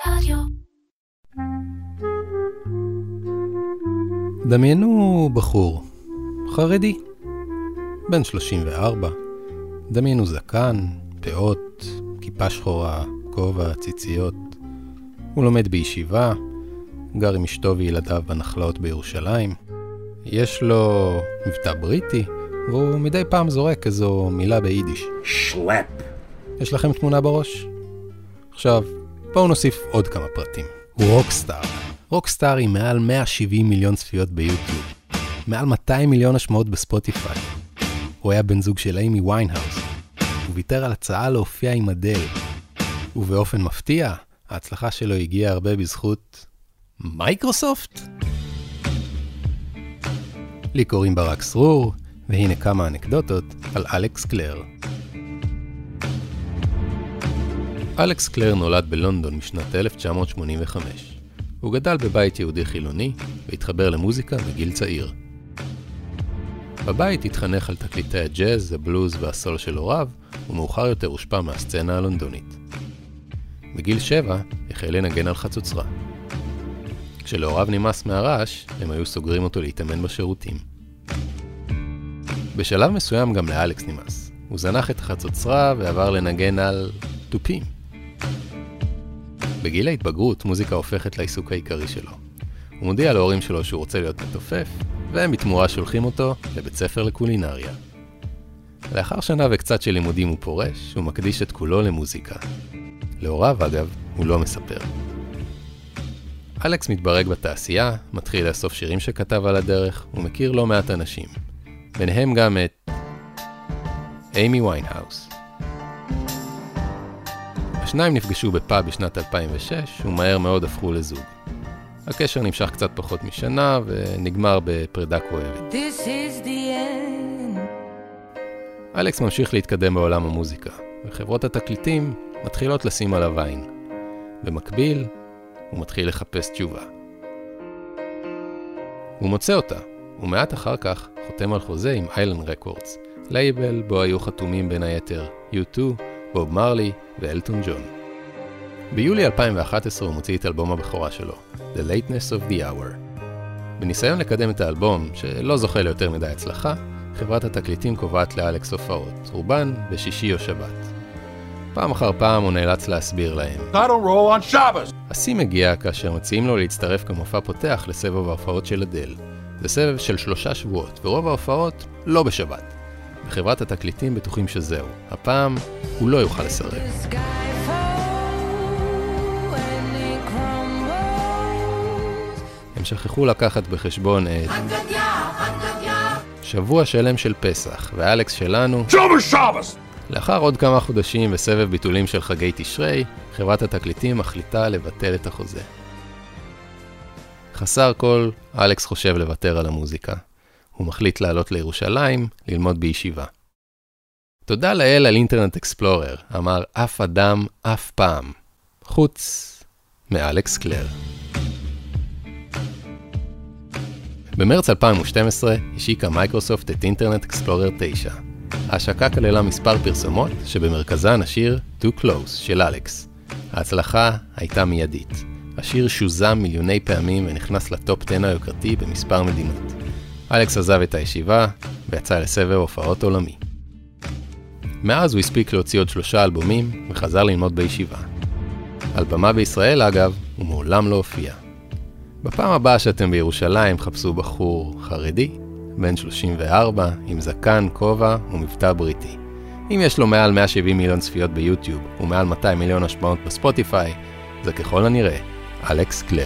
רדיו. דמיינו בחור חרדי, בן 34, דמיינו זקן, פאות, כיפה שחורה, כובע, ציציות. הוא לומד בישיבה, גר עם אשתו וילדיו בנחלאות בירושלים. יש לו מבטא בריטי, והוא מדי פעם זורק איזו מילה ביידיש. שלפ. יש לכם תמונה בראש? עכשיו, בואו נוסיף עוד כמה פרטים. הוא רוקסטאר. רוקסטאר עם מעל 170 מיליון צפיות ביוטיוב. מעל 200 מיליון השמעות בספוטיפיי. הוא היה בן זוג של אימי ויינהאוס. הוא ויתר על הצעה להופיע עם אדל. ובאופן מפתיע, ההצלחה שלו הגיעה הרבה בזכות מייקרוסופט. לי קוראים ברק סרור, והנה כמה אנקדוטות על אלכס קלר. אלכס קלר נולד בלונדון משנת 1985. הוא גדל בבית יהודי חילוני והתחבר למוזיקה בגיל צעיר. בבית התחנך על תקליטי הג'אז, הבלוז והסול של הוריו, ומאוחר יותר הושפע מהסצנה הלונדונית. בגיל 7 החל לנגן על חצוצרה. כשלהוריו נמאס מהרעש, הם היו סוגרים אותו להתאמן בשירותים. בשלב מסוים גם לאלכס נמאס. הוא זנח את החצוצרה ועבר לנגן על טופים. בגיל ההתבגרות מוזיקה הופכת לעיסוק העיקרי שלו. הוא מודיע להורים שלו שהוא רוצה להיות מתופף, והם בתמורה שולחים אותו לבית ספר לקולינריה. לאחר שנה וקצת של לימודים הוא פורש, הוא מקדיש את כולו למוזיקה. להוריו אגב, הוא לא מספר. אלכס מתברג בתעשייה, מתחיל לאסוף שירים שכתב על הדרך, ומכיר לא מעט אנשים. ביניהם גם את אימי ויינהאוס. השניים נפגשו בפאב בשנת 2006, ומהר מאוד הפכו לזוג. הקשר נמשך קצת פחות משנה, ונגמר בפרידה כואבת. אלכס ממשיך להתקדם בעולם המוזיקה, וחברות התקליטים מתחילות לשים עליו עין. במקביל, הוא מתחיל לחפש תשובה. הוא מוצא אותה, ומעט אחר כך חותם על חוזה עם איילנד רקורדס, לייבל בו היו חתומים בין היתר U2, בוב מרלי ואלטון ג'ון. ביולי 2011 הוא מוציא את אלבום הבכורה שלו, The Lateness of the Hour. בניסיון לקדם את האלבום, שלא זוכה ליותר מדי הצלחה, חברת התקליטים קובעת לאלכס הופעות, רובן בשישי או שבת. פעם אחר פעם הוא נאלץ להסביר להם. השיא מגיע כאשר מציעים לו להצטרף כמופע פותח לסבב ההופעות של אדל. זה סבב של 3 שבועות, ורוב ההופעות לא בשבת. בחברת התקליטים בטוחים שזהו. הפעם הוא לא יוכל לסרב. הם שכחו לקחת בחשבון את שבוע שלם של פסח, ואלכס שלנו לאחר עוד כמה חודשים וסבב ביטולים של חגי תשרי, חברת התקליטים מחליטה לבטל את החוזה. חסר כל, אלכס חושב לוותר על המוזיקה. הוא מחליט לעלות לירושלים, ללמוד בישיבה. תודה לאל על אינטרנט אקספלורר, אמר אף אדם אף פעם, חוץ מאלכס קלר. במרץ 2012 השיקה מייקרוסופט את אינטרנט אקספלורר 9. ההשקה כללה מספר פרסומות שבמרכזן השיר Too Close של אלכס. ההצלחה הייתה מיידית. השיר שוזם מיליוני פעמים ונכנס לטופ 10 היוקרתי במספר מדינות. אלכס עזב את הישיבה ויצא לסבב הופעות עולמי. מאז הוא הספיק להוציא עוד 3 אלבומים וחזר ללמוד בישיבה. על במה בישראל אגב הוא מעולם לא הופיע. בפעם הבאה שאתם בירושלים חפשו בחור חרדי, בן 34, עם זקן, כובע ומבטא בריטי. אם יש לו מעל 170 מיליון צפיות ביוטיוב ומעל 200 מיליון השמעות בספוטיפיי, זה ככל הנראה אלכס קלר.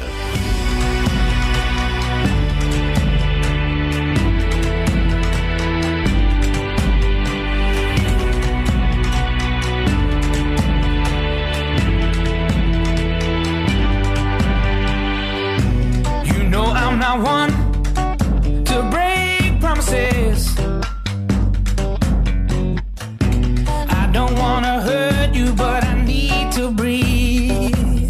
I want to break promises. I don't want to hurt you, but I need to breathe.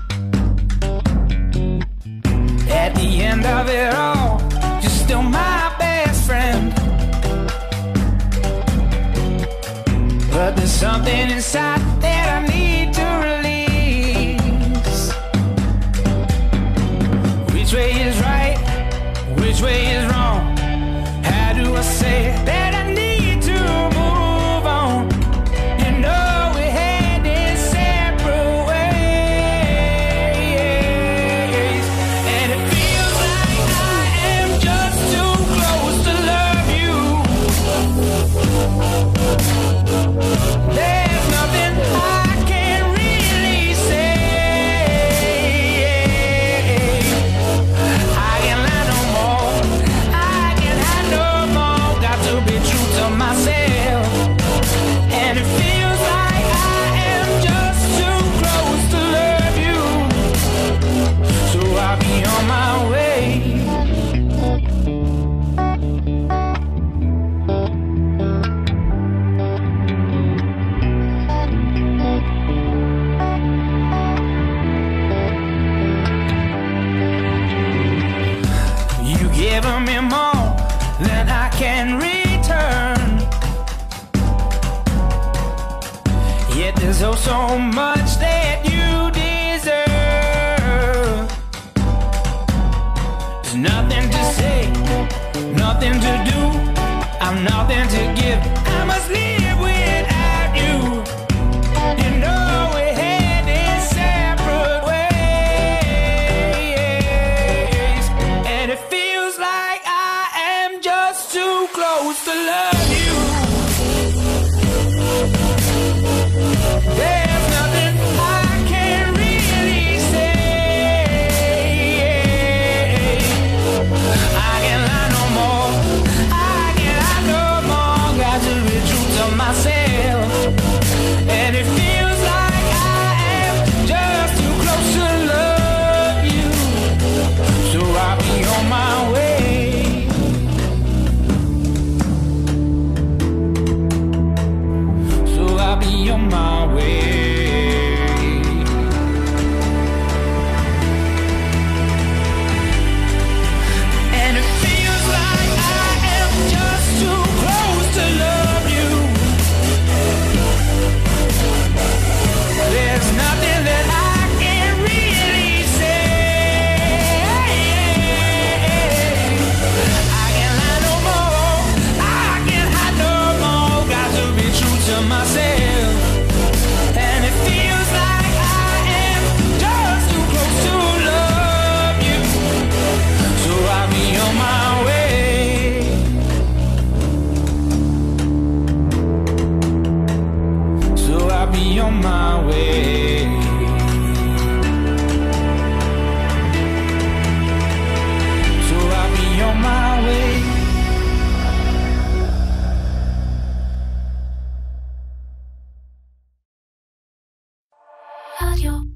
At the end of it all, you're still my best friend. But there's something inside that I need to release. which way is wrong? How do I say that I need to move on? You know we had this separate ways, and it feels like I am just too close to love you. There's nothing I can really say. I can't lie no more. I can't hide no more. Got to be true to myself. And it feels like I am just too close to love you. So I'll be on my way. You giving me more than I can return. Yet there's oh so much that you deserve. There's nothing to say, nothing to do. I'm nothing to give. I must live without you. You know we had this separate ways, and it feels like I am just too close to love you. There's nothing I can really say. I can't lie no more. I can't lie no more. Got to be true to myself. And it feels like I am just too close to love you. So I'll be on my way. So I'll be on my way. And it feels like I am just too close to love you. There's nothing that I can really say. I can't lie no more. I can't hide no more. Got to be true to myself. And it feels like I am just too close to love you. So I'll be on my way. So I'll be on my way. So I'll be on my way. רדיו